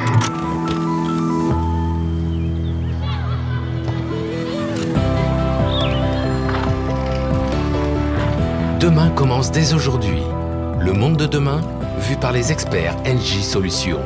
Demain commence dès aujourd'hui. Le monde de demain, vu par les experts Engie Solutions.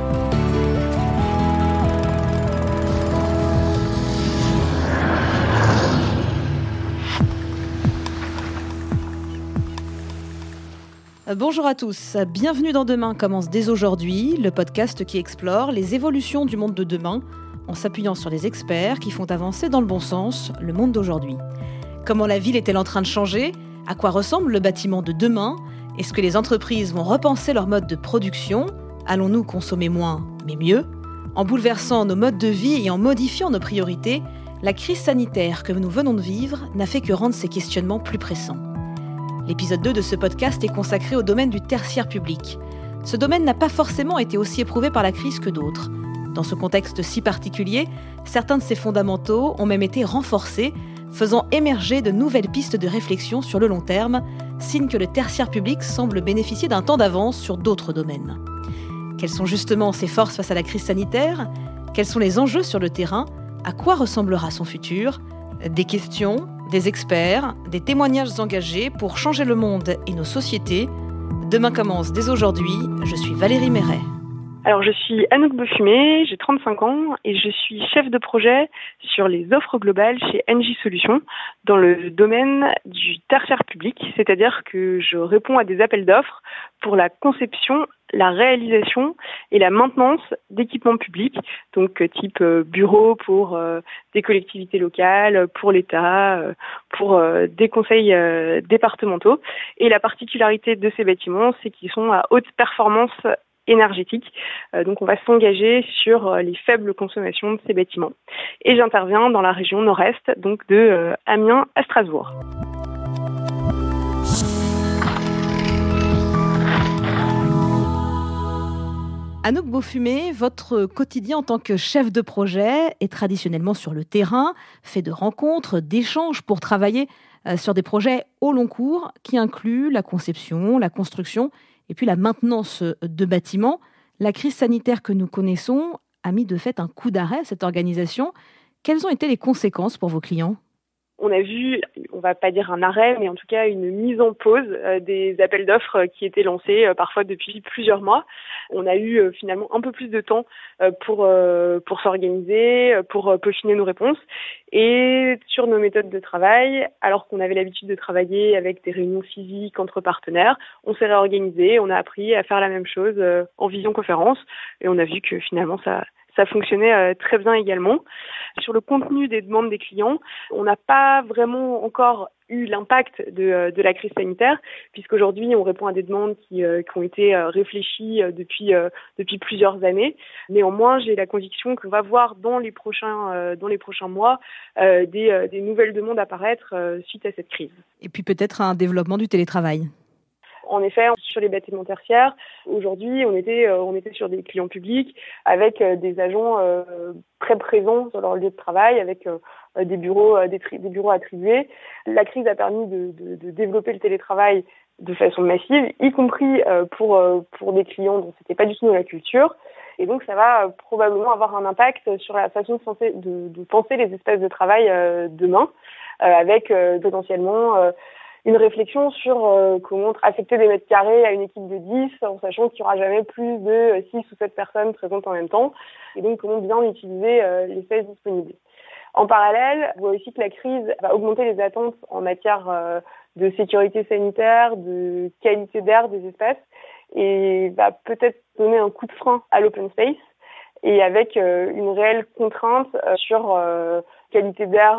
Bonjour à tous, bienvenue dans Demain commence dès aujourd'hui, le podcast qui explore les évolutions du monde de demain en s'appuyant sur les experts qui font avancer dans le bon sens le monde d'aujourd'hui. Comment la ville est-elle en train de changer ? À quoi ressemble le bâtiment de demain ? Est-ce que les entreprises vont repenser leur mode de production ? Allons-nous consommer moins, mais mieux ? En bouleversant nos modes de vie et en modifiant nos priorités, la crise sanitaire que nous venons de vivre n'a fait que rendre ces questionnements plus pressants. L'épisode 2 de ce podcast est consacré au domaine du tertiaire public. Ce domaine n'a pas forcément été aussi éprouvé par la crise que d'autres. Dans ce contexte si particulier, certains de ses fondamentaux ont même été renforcés, faisant émerger de nouvelles pistes de réflexion sur le long terme, signe que le tertiaire public semble bénéficier d'un temps d'avance sur d'autres domaines. Quelles sont justement ses forces face à la crise sanitaire ? Quels sont les enjeux sur le terrain ? À quoi ressemblera son futur ? Des questions, des experts, des témoignages engagés pour changer le monde et nos sociétés. Demain commence dès aujourd'hui. Je suis Valérie Méret. Alors, je suis Anouk Beaufumé, j'ai 35 ans et je suis chef de projet sur les offres globales chez Engie Solutions dans le domaine du tertiaire public, c'est-à-dire que je réponds à des appels d'offres pour la conception, la réalisation et la maintenance d'équipements publics, donc type bureaux pour des collectivités locales, pour l'État, pour des conseils départementaux. Et la particularité de ces bâtiments, c'est qu'ils sont à haute performance énergétique. Donc on va s'engager sur les faibles consommations de ces bâtiments. Et j'interviens dans la région nord-est, donc de Amiens à Strasbourg. Anouk Beaufumé, votre quotidien en tant que chef de projet est traditionnellement sur le terrain, fait de rencontres, d'échanges pour travailler sur des projets au long cours qui incluent la conception, la construction et puis la maintenance de bâtiments. La crise sanitaire que nous connaissons a mis de fait un coup d'arrêt à cette organisation. Quelles ont été les conséquences pour vos clients ? On a vu, on va pas dire un arrêt, mais en tout cas une mise en pause des appels d'offres qui étaient lancés parfois depuis plusieurs mois. On a eu finalement un peu plus de temps pour s'organiser, pour peaufiner nos réponses. Et sur nos méthodes de travail, alors qu'on avait l'habitude de travailler avec des réunions physiques entre partenaires, on s'est réorganisé, on a appris à faire la même chose en visioconférence et on a vu que finalement ça fonctionnait très bien également. Sur le contenu des demandes des clients, on n'a pas vraiment encore eu l'impact de la crise sanitaire, puisqu'aujourd'hui, on répond à des demandes qui ont été réfléchies depuis plusieurs années. Néanmoins, j'ai la conviction qu'on va voir dans les prochains mois des nouvelles demandes apparaître suite à cette crise. Et puis peut-être un développement du télétravail. En effet, sur les bâtiments tertiaires, aujourd'hui, on était sur des clients publics avec des agents très présents sur leur lieu de travail, avec des bureaux attribués. La crise a permis de développer le télétravail de façon massive, y compris pour des clients dont c'était pas du tout dans la culture. Et donc, ça va probablement avoir un impact sur la façon de penser les espaces de travail demain, avec potentiellement une réflexion sur comment affecter des mètres carrés à une équipe de 10 en sachant qu'il n'y aura jamais plus de 6 ou 7 personnes présentes en même temps. Et donc, comment bien utiliser l'espace disponible. En parallèle, on voit aussi que la crise va augmenter les attentes en matière de sécurité sanitaire, de qualité d'air des espaces et va peut-être donner un coup de frein à l'open space et avec une réelle contrainte sur qualité d'air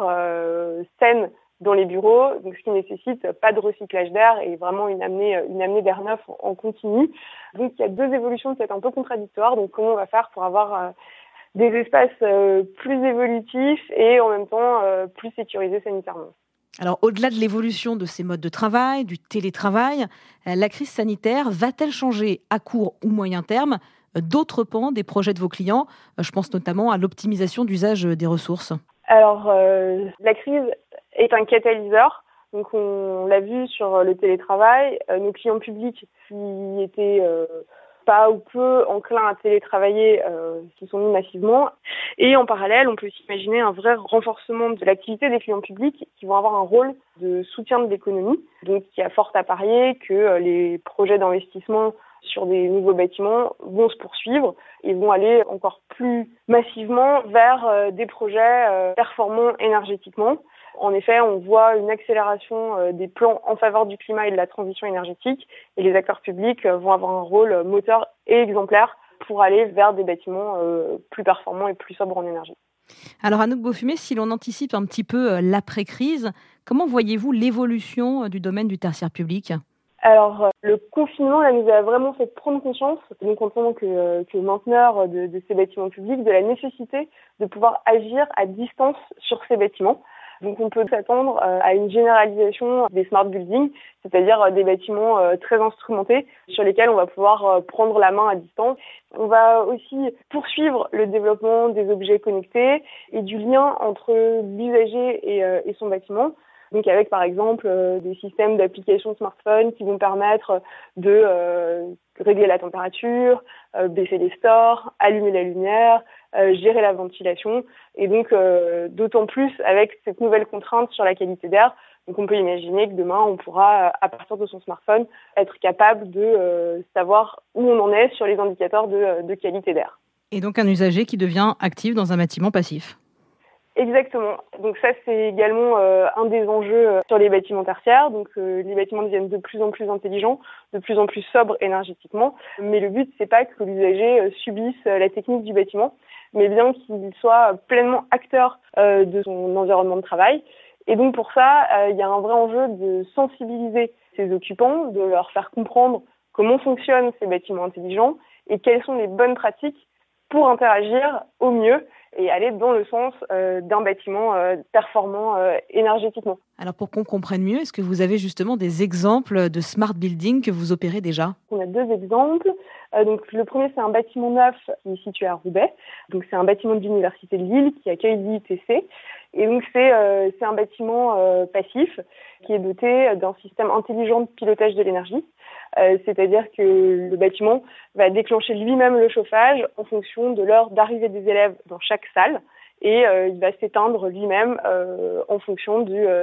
saine dans les bureaux, donc ce qui nécessite pas de recyclage d'air et vraiment une amenée d'air neuf en continu. Donc il y a deux évolutions peut-être un peu contradictoires. Donc comment on va faire pour avoir des espaces plus évolutifs et en même temps plus sécurisés sanitairement. Alors, au-delà de l'évolution de ces modes de travail, du télétravail, la crise sanitaire va-t-elle changer à court ou moyen terme d'autres pans des projets de vos clients ? Je pense notamment à l'optimisation d'usage des ressources. Alors, la crise est un catalyseur. Donc, on l'a vu sur le télétravail. Nos clients publics qui étaient pas ou peu enclins à télétravailler qui sont mis massivement. Et en parallèle, on peut aussi imaginer un vrai renforcement de l'activité des clients publics qui vont avoir un rôle de soutien de l'économie. Donc, il y a fort à parier que les projets d'investissement sur des nouveaux bâtiments vont se poursuivre et vont aller encore plus massivement vers des projets performants énergétiquement. En effet, on voit une accélération des plans en faveur du climat et de la transition énergétique et les acteurs publics vont avoir un rôle moteur et exemplaire pour aller vers des bâtiments plus performants et plus sobres en énergie. Alors Anouk Beaufumé, si l'on anticipe un petit peu l'après-crise, comment voyez-vous l'évolution du domaine du tertiaire public ? Alors, le confinement là, nous a vraiment fait prendre conscience, donc en tant que mainteneur de ces bâtiments publics, de la nécessité de pouvoir agir à distance sur ces bâtiments. Donc, on peut s'attendre à une généralisation des smart buildings, c'est-à-dire des bâtiments très instrumentés sur lesquels on va pouvoir prendre la main à distance. On va aussi poursuivre le développement des objets connectés et du lien entre l'usager et son bâtiment. Donc avec par exemple des systèmes d'applications smartphone qui vont permettre de régler la température, baisser les stores, allumer la lumière, gérer la ventilation. Et donc d'autant plus avec cette nouvelle contrainte sur la qualité d'air. Donc on peut imaginer que demain on pourra, à partir de son smartphone, être capable de savoir où on en est sur les indicateurs de qualité d'air. Et donc un usager qui devient actif dans un bâtiment passif. Exactement. Donc ça, c'est également un des enjeux sur les bâtiments tertiaires. Donc les bâtiments deviennent de plus en plus intelligents, de plus en plus sobres énergétiquement. Mais le but, c'est pas que l'usager subisse la technique du bâtiment, mais bien qu'il soit pleinement acteur de son environnement de travail. Et donc pour ça, il y a un vrai enjeu de sensibiliser ces occupants, de leur faire comprendre comment fonctionnent ces bâtiments intelligents et quelles sont les bonnes pratiques pour interagir au mieux et aller dans le sens d'un bâtiment performant énergétiquement. Alors pour qu'on comprenne mieux, est-ce que vous avez justement des exemples de smart building que vous opérez déjà ? On a deux exemples. Donc le premier, c'est un bâtiment neuf qui est situé à Roubaix. Donc c'est un bâtiment de l'Université de Lille qui accueille l'ITC. Et donc c'est un bâtiment passif qui est doté d'un système intelligent de pilotage de l'énergie. C'est-à-dire que le bâtiment va déclencher lui-même le chauffage en fonction de l'heure d'arrivée des élèves dans chaque salle et il va s'éteindre lui-même en fonction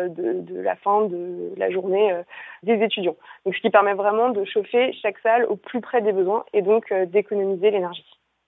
de la fin de la journée des étudiants. Donc ce qui permet vraiment de chauffer chaque salle au plus près des besoins et donc d'économiser l'énergie.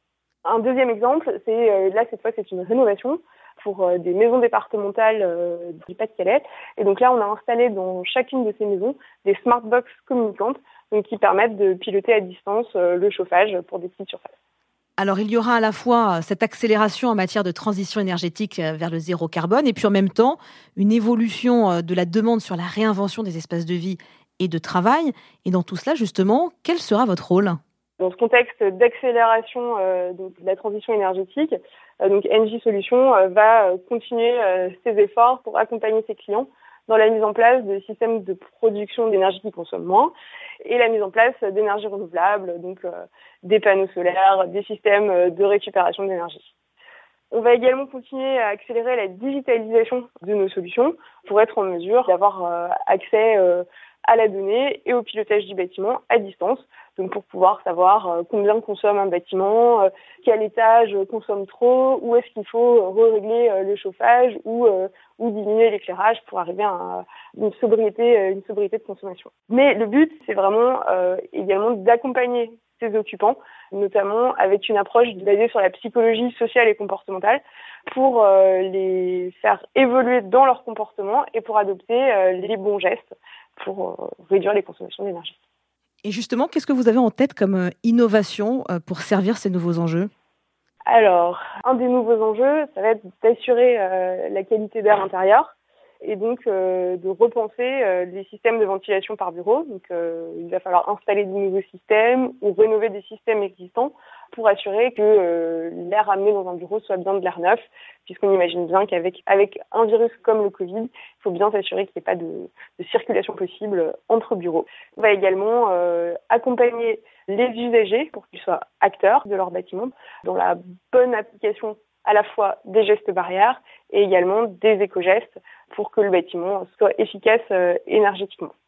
Un deuxième exemple, cette fois c'est une rénovation pour des maisons départementales du Pas-de-Calais. Et donc là, on a installé dans chacune de ces maisons des smart box communicantes donc qui permettent de piloter à distance le chauffage pour des petites surfaces. Alors, il y aura à la fois cette accélération en matière de transition énergétique vers le zéro carbone et puis en même temps, une évolution de la demande sur la réinvention des espaces de vie et de travail. Et dans tout cela, justement, quel sera votre rôle ? Dans ce contexte d'accélération de la transition énergétique, donc Engie Solutions va continuer ses efforts pour accompagner ses clients dans la mise en place de systèmes de production d'énergie qui consomment moins et la mise en place d'énergie renouvelable, donc des panneaux solaires, des systèmes de récupération d'énergie. On va également continuer à accélérer la digitalisation de nos solutions pour être en mesure d'avoir accès à la donnée et au pilotage du bâtiment à distance, donc pour pouvoir savoir combien consomme un bâtiment, quel étage consomme trop, où est-ce qu'il faut régler le chauffage ou diminuer l'éclairage pour arriver à une sobriété de consommation. Mais le but, c'est vraiment également d'accompagner ces occupants, notamment avec une approche basée sur la psychologie sociale et comportementale pour les faire évoluer dans leur comportement et pour adopter les bons gestes pour réduire les consommations d'énergie. Et justement, qu'est-ce que vous avez en tête comme innovation pour servir ces nouveaux enjeux ? Alors, un des nouveaux enjeux, ça va être d'assurer la qualité d'air intérieur et donc de repenser les systèmes de ventilation par bureau. Donc, il va falloir installer de nouveaux systèmes ou rénover des systèmes existants pour assurer que l'air amené dans un bureau soit bien de l'air neuf, puisqu'on imagine bien qu'avec un virus comme le Covid, il faut bien s'assurer qu'il n'y ait pas de circulation possible entre bureaux. On va également accompagner les usagers pour qu'ils soient acteurs de leur bâtiment dans la bonne application à la fois des gestes barrières et également des éco-gestes pour que le bâtiment soit efficace énergétiquement.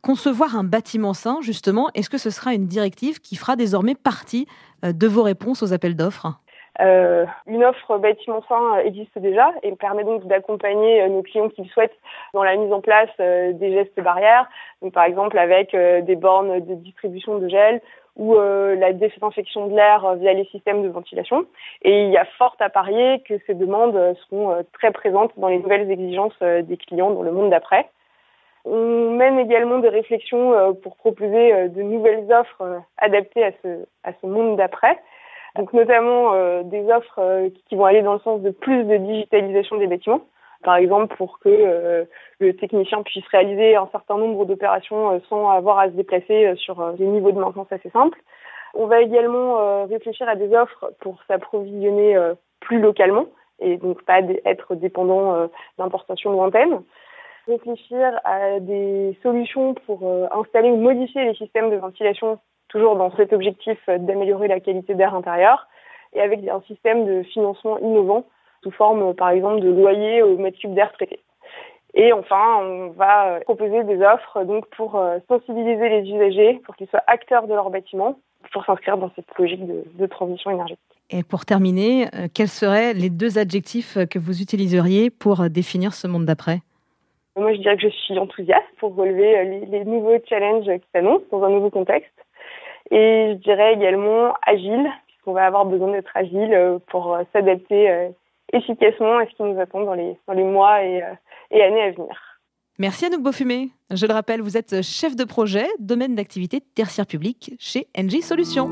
Concevoir un bâtiment sain, justement, est-ce que ce sera une directive qui fera désormais partie de vos réponses aux appels d'offres ? Une offre bâtiment sain existe déjà et permet donc d'accompagner nos clients qui le souhaitent dans la mise en place des gestes barrières, donc par exemple avec des bornes de distribution de gel ou la désinfection de l'air via les systèmes de ventilation. Et il y a fort à parier que ces demandes seront très présentes dans les nouvelles exigences des clients dans le monde d'après. On mène également des réflexions pour proposer de nouvelles offres adaptées à ce monde d'après. Donc notamment des offres qui vont aller dans le sens de plus de digitalisation des bâtiments. Par exemple, pour que le technicien puisse réaliser un certain nombre d'opérations sans avoir à se déplacer sur des niveaux de maintenance assez simples. On va également réfléchir à des offres pour s'approvisionner plus localement et donc pas être dépendant d'importations lointaines. Réfléchir à des solutions pour installer ou modifier les systèmes de ventilation, toujours dans cet objectif d'améliorer la qualité d'air intérieur, et avec un système de financement innovant sous forme, par exemple, de loyer au mètre cube d'air traité. Et enfin, on va proposer des offres donc pour sensibiliser les usagers, pour qu'ils soient acteurs de leur bâtiment, pour s'inscrire dans cette logique de transition énergétique. Et pour terminer, quels seraient les 2 adjectifs que vous utiliseriez pour définir ce monde d'après ? Moi, je dirais que je suis enthousiaste pour relever les nouveaux challenges qui s'annoncent dans un nouveau contexte. Et je dirais également agile, puisqu'on va avoir besoin d'être agile pour s'adapter efficacement à ce qui nous attend dans les mois et années à venir. Merci Anouk Beaufumé. Je le rappelle, vous êtes chef de projet, domaine d'activité tertiaire public chez Engie Solutions.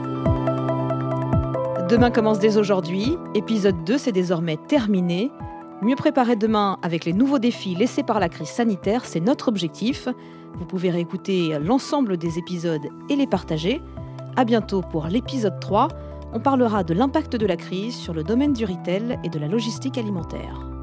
Demain commence dès aujourd'hui. Épisode 2, c'est désormais terminé. Mieux préparer demain avec les nouveaux défis laissés par la crise sanitaire, c'est notre objectif. Vous pouvez réécouter l'ensemble des épisodes et les partager. À bientôt pour l'épisode 3. On parlera de l'impact de la crise sur le domaine du retail et de la logistique alimentaire.